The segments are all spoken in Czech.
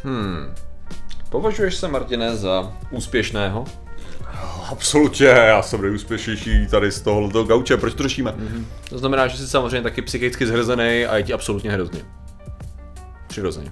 Považuješ se, Martine, za úspěšného? Absolutně, já jsem nejúspěšnější tady z tohoto gauče, proč to řešíme? To znamená, že jsi samozřejmě taky psychicky zhrzený a je ti absolutně hrozně. Přirozeně.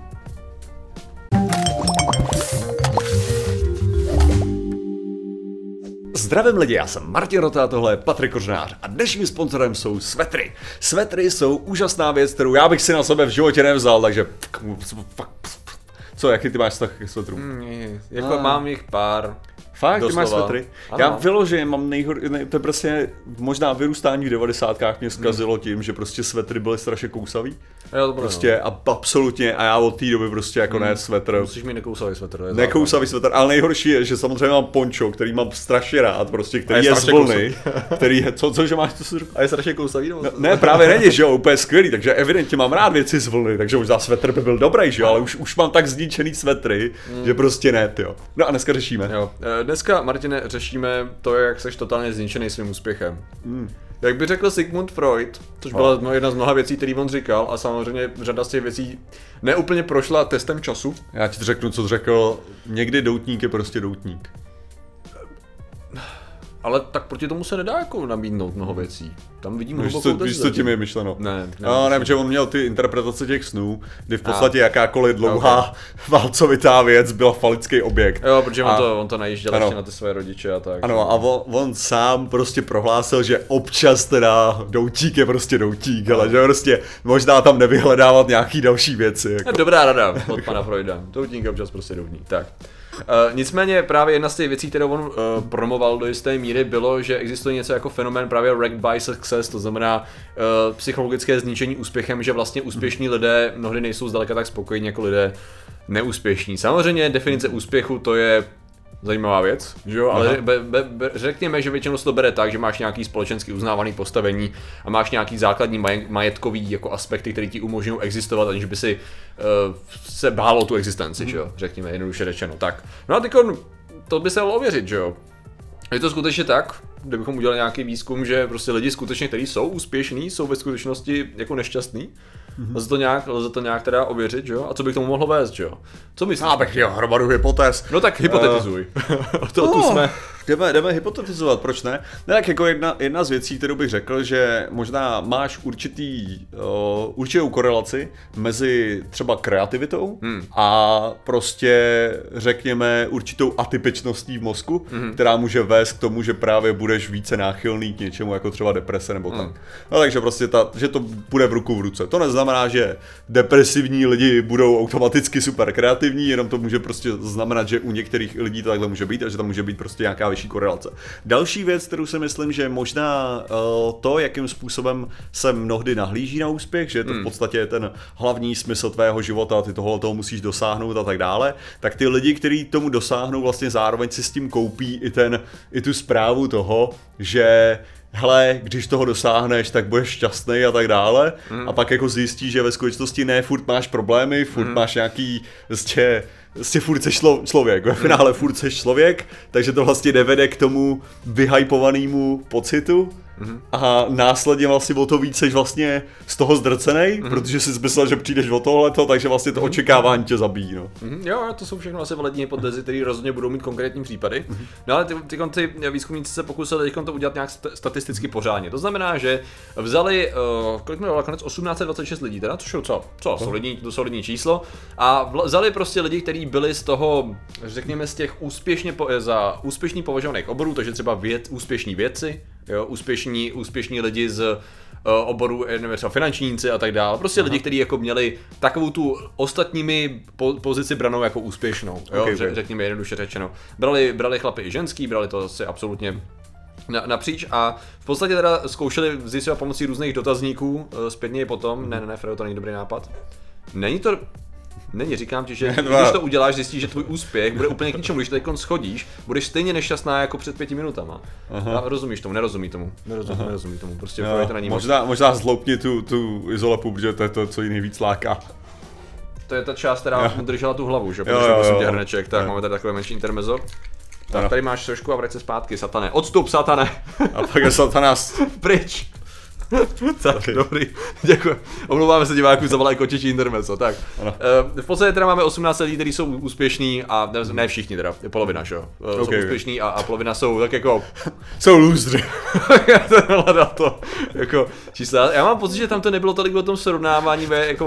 Zdravím lidi, já jsem Martin Rota, tohle je Patrik Kořenář a dnešním sponzorem jsou svetry. Svetry jsou úžasná věc, kterou já bych si na sebe v životě nevzal, takže... Co, jaký ty máš vztah k svetrům? Jako mám jich pár. Fakt, ty máš Doslova. svetry? Ano. Já vyloženě mám to je prostě možná vyrůstání v 90kách mě zkazilo tím, že prostě svetry byly strašně kousavý. Jo, to bylo, Prostě a absolutně a já od té doby prostě jako ne svetr. Musíš mít nekousavý svetr. Nekousavý svetr, ale nejhorší je, že samozřejmě mám pončo, který mám strašně rád, prostě, který je z strašně vlny, který je, cože máš, co jsi řekl? A je strašně kousavý, nebo? No, ne, právě není, že jo, úplně skvělý, takže evidentně mám rád věci z vlny, takže možná svetr by byl dobrý, že jo, ale už mám tak zničený svetry, že prostě ne, jo. No a dneska řešíme. Jo. Dneska, Martine, řešíme to, jak jsi totálně zničený svým úspěchem. Jak by řekl Sigmund Freud, což byla jedna z mnoha věcí, který on říkal, a samozřejmě řada z těch věcí neúplně prošla testem času. Já ti řeknu, co řekl, někdy doutník je prostě doutník. Ale tak proti tomu se nedá jako nabídnout mnoho věcí. Tam vidím hlubokou Víš, co tím je myšleno? Ne. Ne, protože on měl ty interpretace těch snů, kdy v podstatě jakákoliv dlouhá válcovitá věc byla falický objekt. Jo, protože on to najížděl ještě na ty své rodiče a tak. Ano, a on sám prostě prohlásil, že občas teda doutík je prostě doutík, ale že prostě možná tam nevyhledávat nějaký další věci. Jako. Dobrá rada od pana Freuda. Doutník je občas prostě doutník. Tak. Nicméně právě jedna z těch věcí, kterou on promoval do jisté míry, bylo, že existuje něco jako fenomén právě wrecked by success, to znamená psychologické zničení úspěchem, že vlastně úspěšní lidé mnohdy nejsou zdaleka tak spokojení jako lidé neúspěšní. Samozřejmě definice úspěchu to je zajímavá věc, že jo? Ale řekněme, že většinou se to bere tak, že máš nějaký společensky uznávaný postavení a máš nějaký základní majetkový jako aspekty, které ti umožňují existovat, aniž by si se bál o tu existenci, že jo? Řekněme jednoduše řečeno. Tak. No a teďko to by se dalo ověřit, že jo? Je to skutečně tak, kdybychom udělali nějaký výzkum, že prostě lidi skutečně, kteří jsou úspěšní, jsou ve skutečnosti jako nešťastní? Lze to nějak teda ověřit, že jo? A co by k tomu mohlo vést, že jo? Co myslíš? Tak jo, hromadu hypotéz. No tak hypotetizuj. Tu jsme. Jdeme hypotetizovat, proč ne? Ne, tak jako jedna z věcí, kterou bych řekl, že možná máš určitou korelaci mezi třeba kreativitou a prostě řekněme určitou atypičností v mozku, která může vést k tomu, že právě budeš více náchylný k něčemu jako třeba deprese nebo tak. No takže prostě že to bude v ruku v ruce. To neznamená, že depresivní lidi budou automaticky super kreativní, jenom to může prostě znamenat, že u některých lidí to takhle může být a že tam může být prostě nějaká vyšší korelace. Další věc, kterou si myslím, že možná to, jakým způsobem se mnohdy nahlíží na úspěch, že je to v podstatě ten hlavní smysl tvého života, ty toho musíš dosáhnout a tak dále, tak ty lidi, kteří tomu dosáhnou, vlastně zároveň si s tím koupí i tu zprávu toho, že hele, když toho dosáhneš, tak budeš šťastný a tak dále. A pak jako zjistíš, že ve skutečnosti ne, furt máš problémy, furt máš nějaký furt seš člověk, ve finále furt seš člověk, takže to vlastně nevede k tomu vyhypovanému pocitu a následně vlastně o to víc seš vlastně z toho zdrcenej, protože jsi myslel, že přijdeš o tohleto, takže vlastně to očekávání tě zabíjí, no. Jo, to jsou všechno asi validní hypotézy, které rozhodně budou mít konkrétní případy. No ale ty výzkumníci se pokusili to udělat nějak statisticky pořádně. To znamená, že vzali, kolik bylo nakonec 1826 lidí, teda, což je solidní číslo, a vzali prostě lidi, kteří byli z toho, řekněme, z těch za úspěšný považovaných oborů, takže třeba úspěšní vědci, jo, úspěšní lidi z oboru, nevím, třeba finančníci a tak dále. Prostě lidi, kteří jako měli takovou tu ostatními pozici branou jako úspěšnou, jo, řekněme jednoduše řečeno. Brali chlapy i ženský, brali to asi absolutně napříč a v podstatě teda zkoušeli zjistit pomocí různých dotazníků zpětně potom. Ne, Fredo, to není dobrý nápad. Říkám ti, že když to uděláš, zjistíš, že tvůj úspěch bude úplně k ničemu, když teď schodíš, budeš stejně nešťastná jako před 5 minutama. A rozumíš tomu, nerozumí tomu, prostě to není možná zloupni tu izolepu, protože to je to, co ji nejvíc láká. To je ta část, která mu držela tu hlavu, že? Protože jsem tě hrneček, tak máme tady takové menší intermezzo. Tak tady máš trošku a vrať se zpátky, satane. Odstup, satane! A pak je satanás. Pryč! Tak, dobrý, děkuji. Omlouváme se divákům za malé kočičí intermezzo. Tak, v podstatě teda máme 18 lidí, kteří jsou úspěšní a ne všichni teda, polovina, že jo? Jsou úspěšní a polovina jsou tak jako... jsou lůzři. Hledal to jako čísla. Já mám pocit, že tam to nebylo tolik o tom srovnávání jako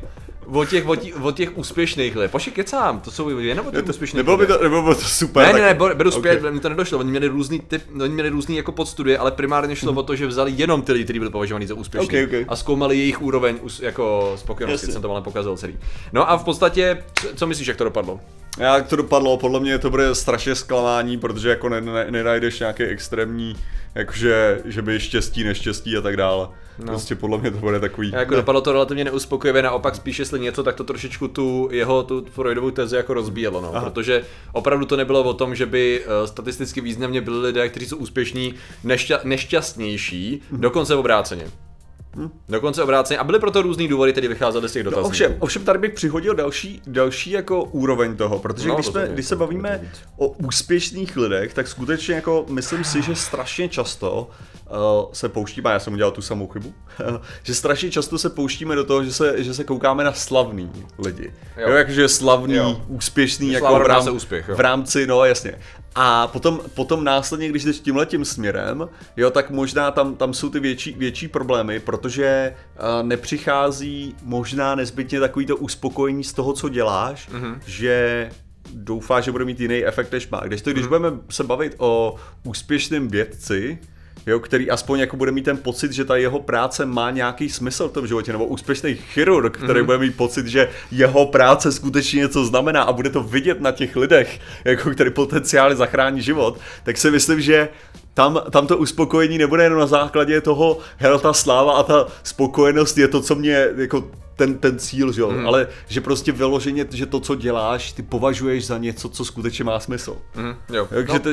o těch úspěšných lidí. Počkej, kecám, to jsou jenom o těch úspěšných nebylo by to super. Ne, beru zpět, mi to nedošlo, oni měli různý jako podstudie, ale primárně šlo o to, že vzali jenom ty lidi, kteří byli považovaní za úspěšní a zkoumali jejich úroveň jako spokojenosti, jsem to ale pokazal celý. No a v podstatě, co myslíš, jak to dopadlo? Jak to dopadlo, podle mě to bude strašně zklamání, protože jako nenajdeš nějaký extrémní, jakože, že by štěstí, neštěstí a tak dále. No. Prostě podle mě to bude takový... Jako dopadlo to relativně neuspokojivě, naopak spíš jestli něco, tak to trošičku tu Freudovou tezi jako rozbíjelo, no. Protože opravdu to nebylo o tom, že by statisticky významně byli lidé, kteří jsou úspěšní, nešťastnější, dokonce obráceně. Dokonce obráceně a byly proto různý důvody, tedy vycházely z těch dotazníků. No, ovšem tady bych přihodil další jako úroveň toho, protože když se bavíme o úspěšných lidech, tak skutečně jako myslím si, že strašně často se pouštíme, já jsem udělal tu samou chybu, že strašně často se pouštíme do toho, že se koukáme na slavný lidi. Jo, jakože slavný, úspěšný, jako v rámci, no jasně. A potom následně, když jdeš tímhletím směrem, jo, tak možná tam jsou ty větší problémy, protože nepřichází možná nezbytně takovýto uspokojení z toho, co děláš, že doufáš, že bude mít jiný efekt, než má. Když budeme se bavit o úspěšném vědci, jo, který aspoň jako bude mít ten pocit, že ta jeho práce má nějaký smysl v tom životě, nebo úspěšný chirurg, který bude mít pocit, že jeho práce skutečně něco znamená a bude to vidět na těch lidech, jako který potenciálně zachrání život, tak si myslím, že tam to uspokojení nebude jenom na základě toho, hele, ta sláva a ta spokojenost je to, co mě jako ten cíl, že jo, ale že prostě vyloženě, že to, co děláš, ty považuješ za něco, co skutečně má smysl. Jo.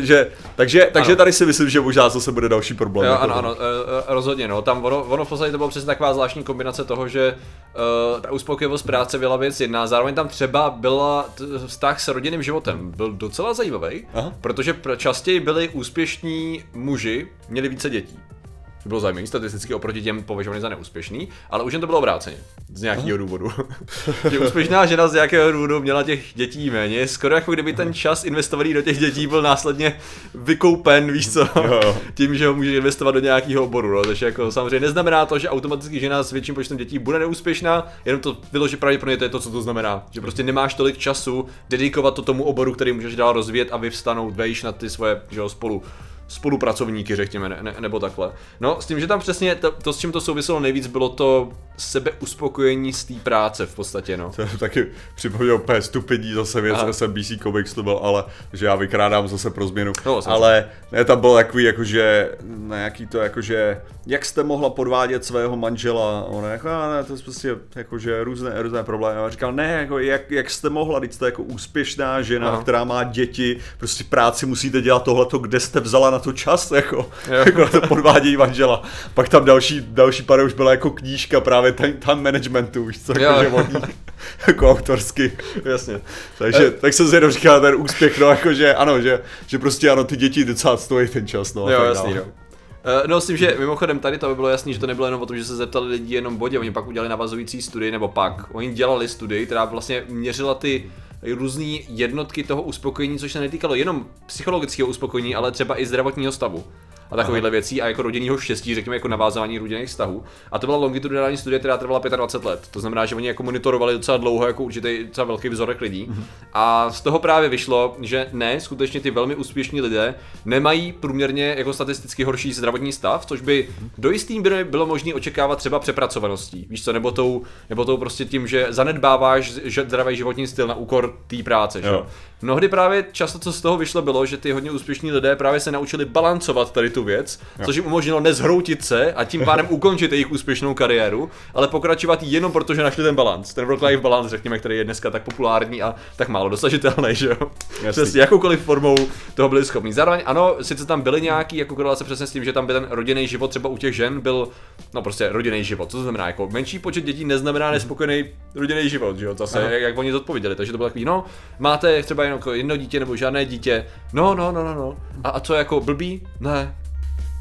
Takže tady si myslím, že možná zase bude další problém. Jo, ano, rozhodně, no, tam ono v podstatě to bylo přesně taková zvláštní kombinace toho, že ta uspokojivost práce byla věc jedna, zároveň tam třeba byla vztah s rodinným životem, byl docela zajímavý, protože častěji byli úspěšní muži, měli více dětí. Bylo zajímavé statisticky oproti těm považovaným za neúspěšný, ale už jen to bylo obráceně, z nějakého důvodu. Že úspěšná žena z nějakého důvodu měla těch dětí méně, skoro jako kdyby ten čas investovaný do těch dětí byl následně vykoupen, víš co, tím, že ho může investovat do nějakého oboru, no. Takže jako samozřejmě neznamená to, že automaticky žena s větším počtem dětí bude neúspěšná, jenom to bylo, že pravděpodobně to je to, co to znamená, že prostě nemáš tolik času dedikovat to tomu oboru, který můžeš dál rozvíjet a vyvstanout, vejš na ty svoje, že jo, spolupracovníky, řekněme, nebo takhle. No, s tím, že tam přesně to, s čím to souviselo nejvíc, bylo to sebeuspokojení z té práce v podstatě, no. To taky připomněl úplně stupidní zase věc SMBC Comics to byl, ale že já vykrádám zase pro změnu. No, ale ne, tam bylo takový jakože, nějaký to jakože, jak jste mohla podvádět svého manžela, ona jako, ne, to je prostě jakože různé problémy. A říkal, ne, jako, jak jste mohla, teď jste jako úspěšná žena, která má děti, prostě práci musíte dělat tohleto, kde jste vzala na to čas, jako na to podvádění manžela. Pak tam další pár už byla jako knížka právě time managementu, víš co, jakože vodní, jako autorsky. Jasně. Takže tak jsem si jenom říkal ten úspěch, no jakože ano, že prostě ano, ty děti docela stojí ten čas, no. Jo, jasný, jo. No s tím, že mimochodem tady to by bylo jasný, že to nebylo jenom o tom, že se zeptali lidi jenom v bodě, oni pak udělali navazující studii, nebo pak, oni dělali studii, která vlastně měřila ty různé jednotky toho uspokojení, což se netýkalo jenom psychologického uspokojení, ale třeba i zdravotního stavu a takovýchhle věcí a jako rodinného štěstí, řekněme jako navázání rodinných vztahů. A to byla longitudinální studie, která trvala 25 let. To znamená, že oni jako monitorovali docela dlouho jako určitý docela velký vzorek lidí. A z toho právě vyšlo, že ne, skutečně ty velmi úspěšní lidé nemají průměrně jako statisticky horší zdravotní stav, což by do jistý míry bylo možné očekávat třeba přepracovaností. Víš co, nebo tou prostě tím, že zanedbáváš zdravý životní styl na úkor té práce, že? Mnohdy právě často, co z toho vyšlo, bylo, že ty hodně úspěšní lidé právě se naučili balancovat tady tu věc, což jim umožnilo nezhroutit se a tím pádem ukončit jejich úspěšnou kariéru, ale pokračovat jenom proto, že našli ten balans, ten work-life balance, řekněme, který je dneska tak populární a tak málo dosažitelný, že jo. Přesně jakoukoliv formou toho byli schopní. Zároveň ano, sice tam byly nějaký jako korelace přesně s tím, že tam by ten rodinný život třeba u těch žen byl, no prostě rodinný život. Co to znamená? Jako menší počet dětí neznamená nespokojený rodinný život, že jo. Zase jak oni zodpověděli, takže to bylo takový, no, máte třeba jenom jedno dítě nebo žádné dítě. No. A co jako blbý? Ne.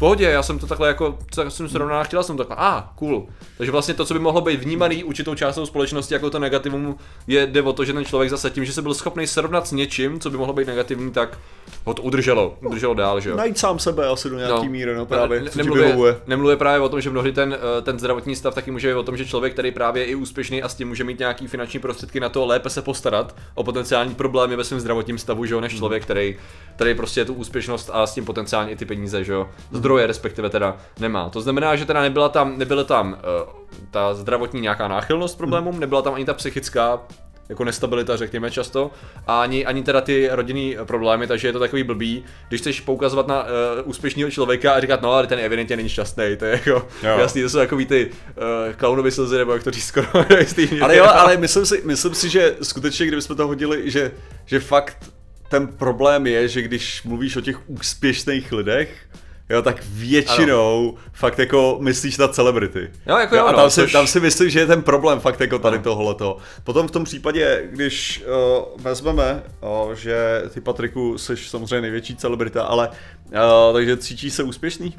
pohodě, já jsem to takhle jako, tak jsem srovnal, chtěla jsem to takhle, cool. Takže vlastně to, co by mohlo být vnímaný určitou částí společnosti jako to negativum, jde o to, že ten člověk zase tím, že se byl schopný srovnat s něčím, co by mohlo být negativní, tak ho to udrželo dál, že jo. Najít sám sebe asi do nějaký míry, no právě, nemluvě právě o tom, že mnohdy ten zdravotní stav taky může být o tom, že člověk, který právě je i úspěšný a s tím může mít nějaký finanční prostředky na to lépe se postarat o potenciální problémy ve svém zdravotním stavu, že jo, než člověk, který prostě tu úspěšnost a s tím potenciálně i ty peníze, že jo, zdroje respektive teda nemá. To znamená, že teda nebyla tam ta zdravotní nějaká náchylnost problémům, nebyla tam ani ta psychická jako nestabilita, řekněme často, a ani teda ty rodinný problémy, takže je to takový blbý, když chceš poukazovat na úspěšného člověka a říkat, no ale ten evidentně není šťastný, to je jako jasný, to jsou takový ty klaunovy slzy, nebo jak to říct skoro. ale myslím si, že skutečně, kdybychom to hodili, že fakt ten problém je, že když mluvíš o těch úspěšných lidech, jo, tak většinou fakt jako myslíš na celebrity. Jo, jako jo, a tam si myslím, že je ten problém fakt jako tady tohleto. Potom v tom případě, když vezmeme, že ty, Patriku, jsi samozřejmě největší celebrita, ale takže cítíš se úspěšný?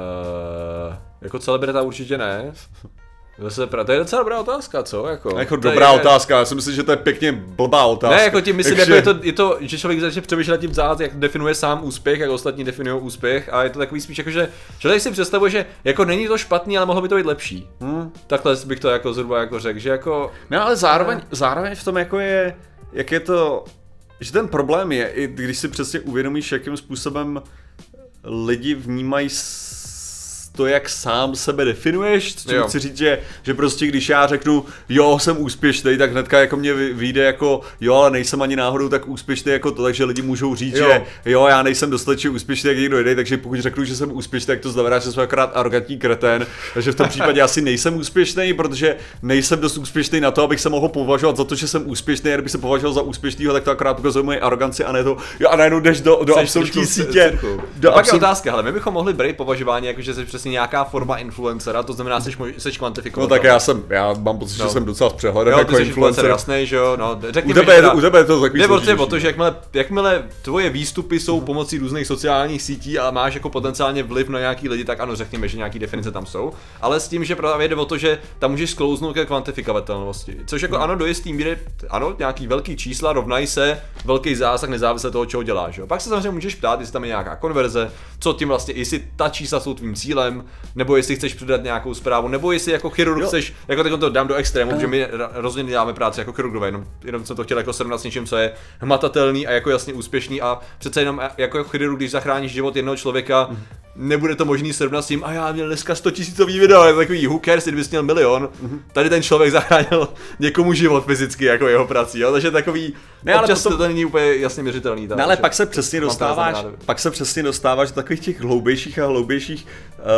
Jako celebrita určitě ne. To je docela dobrá otázka, co? Jako dobrá otázka, já si myslím, že to je pěkně blbá otázka. Ne, jako tím myslím, jako je to, že člověk začne přemýšlet tím vzát, jak definuje sám úspěch, jak ostatní definují úspěch, a je to takový spíš jako, že člověk si představuje, že jako není to špatný, ale mohlo by to být lepší. Takhle bych to jako zhruba jako řekl, že jako... No ale zároveň v tom jako je, jak je to, že ten problém je, i když si přesně uvědomíš, jakým způsobem lidi vnímají to, jak sám sebe definuješ, co chci říct, že prostě když já řeknu, jo, jsem úspěšný, tak hnedka jako mě vyjde jako, jo, ale nejsem ani náhodou tak úspěšný jako to, takže lidi můžou říct, že jo, já nejsem dostatečně úspěšný, jak někdo jiný, takže pokud řeknu, že jsem úspěšný, tak to znamená, že jsem akorát arrogantní kretén, takže v tom případě asi nejsem úspěšný, protože nejsem dost úspěšný na to, abych se mohl považovat za to, že jsem úspěšný, a kdyby se považoval za úspěšného, tak to akorát ukazuje moji aroganci a ne to, jo, a najednou jdeš do absolutní sítě. Pak je otázka, hele, my bychom mohli být považováni jako, že jsi přesně nějaká forma influencera, to znamená, seš kvantifikovat. No tak já mám pocit, že jsem docela s přehledem jako influencer. Influencer, jasný, že jo, no, u tebe je to takový složitější. O to, že jakmile tvoje výstupy jsou pomocí různých sociálních sítí a máš jako potenciálně vliv na nějaký lidi, tak ano, řekněme, že nějaký definice tam jsou, ale s tím, že právě jde o to, že tam můžeš sklouznout ke kvantifikovatelnosti. Což jako ano, do jistý míry, ano, nějaký velký čísla rovnají se velký zásah nezávisle toho, čeho děláš, jo. Pak se samozřejmě můžeš ptát, jestli tam je nějaká konverze, co tím vlastně, jestli ta čísla jsou tvým cílem, nebo jestli chceš předat nějakou zprávu, nebo jestli jako chirurg chceš, jako tak to dám do extrému, protože my rozhodně děláme práci jako chirurgové, jenom jsem to chtěl jako srovnat s něčím, co je hmatatelný a jako jasně úspěšný, a přece jenom jako chirurg, když zachráníš život jednoho člověka, nebude to možný srovnat s tím, a já měl dneska 100 000 video, je to takový who cares, kdybys měl milion, tady ten člověk zachránil někomu život fyzicky jako jeho prací, jo, takže takový, ne, ale občas to není úplně jasně měřitelný. Ne, ale pak se přesně dostáváš do takových těch hloubějších a hloubějších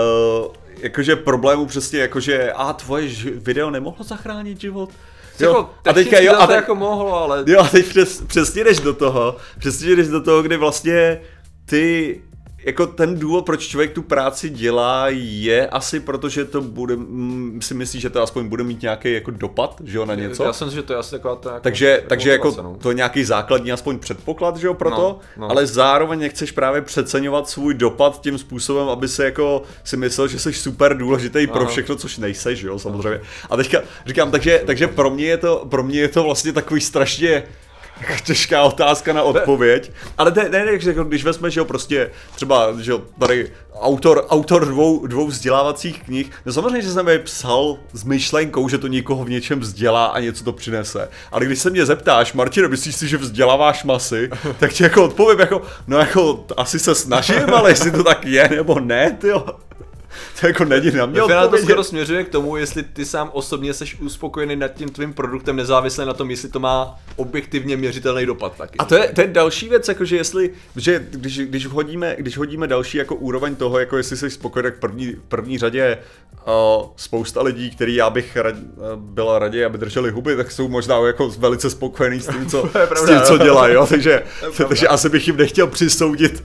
jakože problémů přesně, jakože tvoje video nemohlo zachránit život. Jo, a teďka to jako mohlo, ale... Jo, a teď přesně jdeš do toho, kdy vlastně ty... Jako ten důvod, proč člověk tu práci dělá, je asi proto, že to bude, si myslíš, že to aspoň bude mít nějaký jako dopad, že jo, na něco? Já si myslím, že to je asi taková ta... Takže jako to je nějaký základní aspoň předpoklad, že jo, pro to, ale zároveň nechceš právě přeceňovat svůj dopad tím způsobem, aby se jako si myslel, že jsi super důležitý pro všechno, což nejseš, že jo, samozřejmě. A teďka říkám, takže pro mě je to vlastně takový strašně těžká otázka na odpověď, ale když vezmeš, že jo, prostě třeba, že jo, tady autor dvou vzdělávacích knih, no samozřejmě, že jsem je psal s myšlenkou, že to někoho v něčem vzdělá a něco to přinese, ale když se mě zeptáš, Martine, myslíš si, že vzděláváš masy, tak ti jako odpovím jako, no jako asi se snažím, ale jestli to tak je nebo ne, tyjo. To jako není na mě odpovědět. To skoro směřuje k tomu, jestli ty sám osobně jsi uspokojený nad tím tvým produktem, nezávisle na tom, jestli to má objektivně měřitelný dopad taky. A to je další věc, jakože jestli, že když hodíme další jako úroveň toho, jako jestli jsi spokojený, v první řadě spousta lidí, který já bych byla raději, aby drželi huby, tak jsou možná jako velice spokojení s tím, co dělají, jo, takže asi bych jim nechtěl přisoudit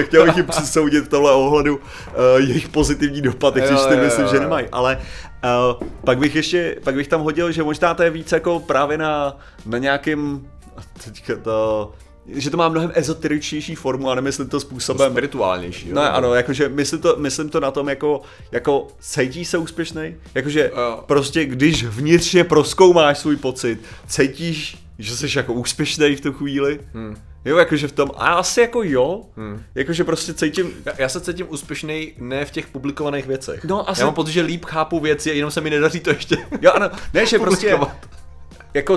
v tomhle ohledu jejich pozitivní dopad, když ty myslím, že nemají, ale pak bych tam hodil, že možná to je víc jako právě na nějakým, teďka to, že to má mnohem ezoteričnější formu a nemyslím to způsobem spirituálnější. Jo? Ne, ano, jakože myslím to na tom jako cítíš se úspěšnej, jakože prostě když vnitřně prozkoumáš svůj pocit, cítíš, že jsi jako úspěšnej v tu chvíli. Jo, jakože v tom, a asi jako jo, jakože prostě cítím... Já se cítím úspěšnej ne v těch publikovaných věcech. No, asi... Já mám pocit, že líp chápu věci a jenom se mi nedaří to ještě. Jo, ano, ne, že prostě jako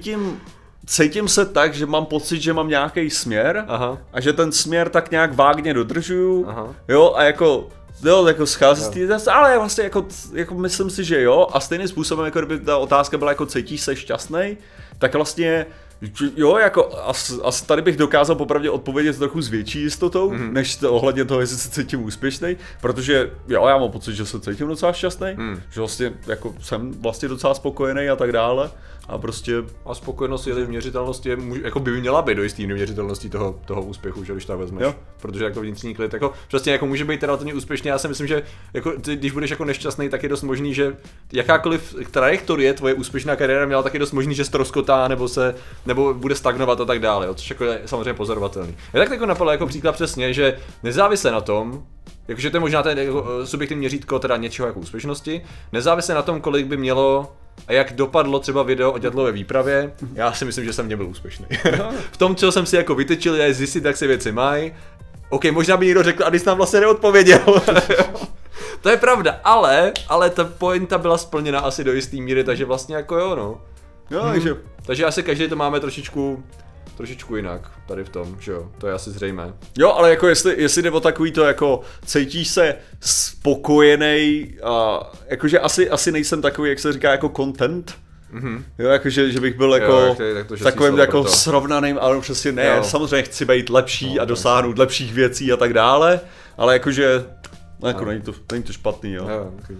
cítím se tak, že mám pocit, že mám nějaký směr. Aha. A že ten směr tak nějak vágně dodržuju, jo, a jako schází z té, ale vlastně jako myslím si, že jo, a stejným způsobem, jako kdyby ta otázka byla jako cítíš se šťastnej, tak vlastně jo, jako asi tady bych dokázal popravdě odpovědět trochu s větší jistotou, než ohledně toho, jestli se cítím úspěšnej, protože jo, já mám pocit, že se cítím docela šťastnej, že vlastně jako jsem vlastně docela spokojený a tak dále. A prostě... A spokojenost je měřitelnost jako by měla být do jistý měřitelnosti toho úspěchu, že když tak vezmeš. Jo. Protože jako vnitřní klid, jako přesně jako může být relativně úspěšný. Já si myslím, že jako ty, když budeš jako nešťastný, tak je dost možný, že jakákoliv trajektorie tvoje úspěšná kariéra měla, tak je dost možný, že ztroskotá nebo bude stagnovat a tak dále, jo, což jako je samozřejmě pozorovatelný. Já tak jako napadlo jako příklad přesně, že nezávisle na tom, jakože to je možná ten jako subjektivní měřítko teda něčeho jako úspěšnosti, nezávisle na tom, kolik by mělo a jak dopadlo třeba video o ďatlové výpravě, já si myslím, že jsem nebyl úspěšný. V tom, co jsem si jako vytyčil, je zjistit, jak se věci mají. OK, možná by někdo řekl, a když jsi nám vlastně neodpověděl. To je pravda, ale ta pointa byla splněna asi do jistý míry, takže vlastně jako jo, no. Jo, takže asi každý to máme trošičku jinak tady v tom, že jo, to je asi zřejmé. Jo, ale jako jestli jde o takový to jako cítíš se spokojenej a jakože asi nejsem takový, jak se říká, jako content. Jo, jakože že bych byl jako jo, takovým jako srovnaným, ale přesně ne, jo. Samozřejmě chci být lepší a dosáhnout lepších věcí a tak dále, ale jakože jako není to špatný, jo.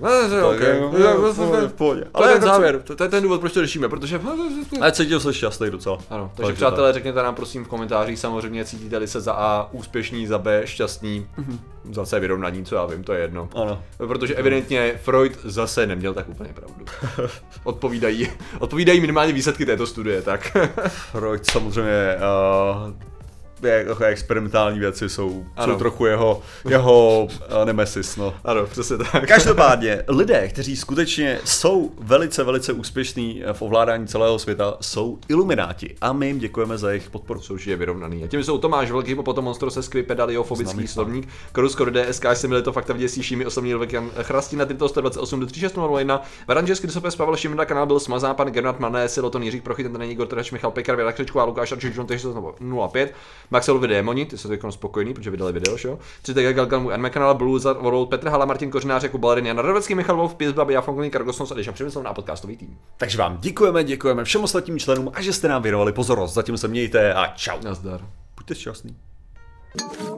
Ale ten závěr, to je ten důvod, proč to řešíme, protože... Ale cítil se šťastný docela. Ano, takže přátelé, řekněte nám prosím v komentářích samozřejmě, cítíte-li se za A úspěšní, za B šťastní, za C vyrovnaní, co já vím, to je jedno. Ano. Protože evidentně Freud zase neměl tak úplně pravdu. Odpovídají minimálně výsledky této studie, tak. Freud samozřejmě... Jako experimentální věci jsou trochu jeho nemesis, no. Ano, přesně tak. Každopádně, lidé, kteří skutečně jsou velice, velice úspěšní v ovládání celého světa, jsou ilumináti. A my jim děkujeme za jejich podporu. Jsou je vyrovnaný. A tím jsou Tomáš Velký, potom Monstro se skry, pedaliofobický slovník, Korusko DSK, jsem to fakta vděsíšími, osobní Lvek Jan Chrastina, Tito 128 do 3601, Varanžes, Krysopes, Pavel Šimda, kanál byl smazán, pan Gernat Mané, Siloton, Jiřík Prochy, ten není Igor Trhač, Michal Pekar, Věra Křečková, Lukáš Arčičon, 05, Maxelovi Démoni, ty jsou teď spokojení, protože vydali video, jo. 30 Galgal, můj anime kanál, Blue Zar, World, Petr Hala, Martin Kořenář, Jakub Balerin, Jan Radovecký, Michal Wolf, Pizbab, Jafonkolín, Kargosnos a Dešam Přemysl na podcastový tým. Takže vám děkujeme všem ostatním členům a že jste nám věnovali pozornost. Zatím se mějte a čau. Nazdar. Buďte šťastný.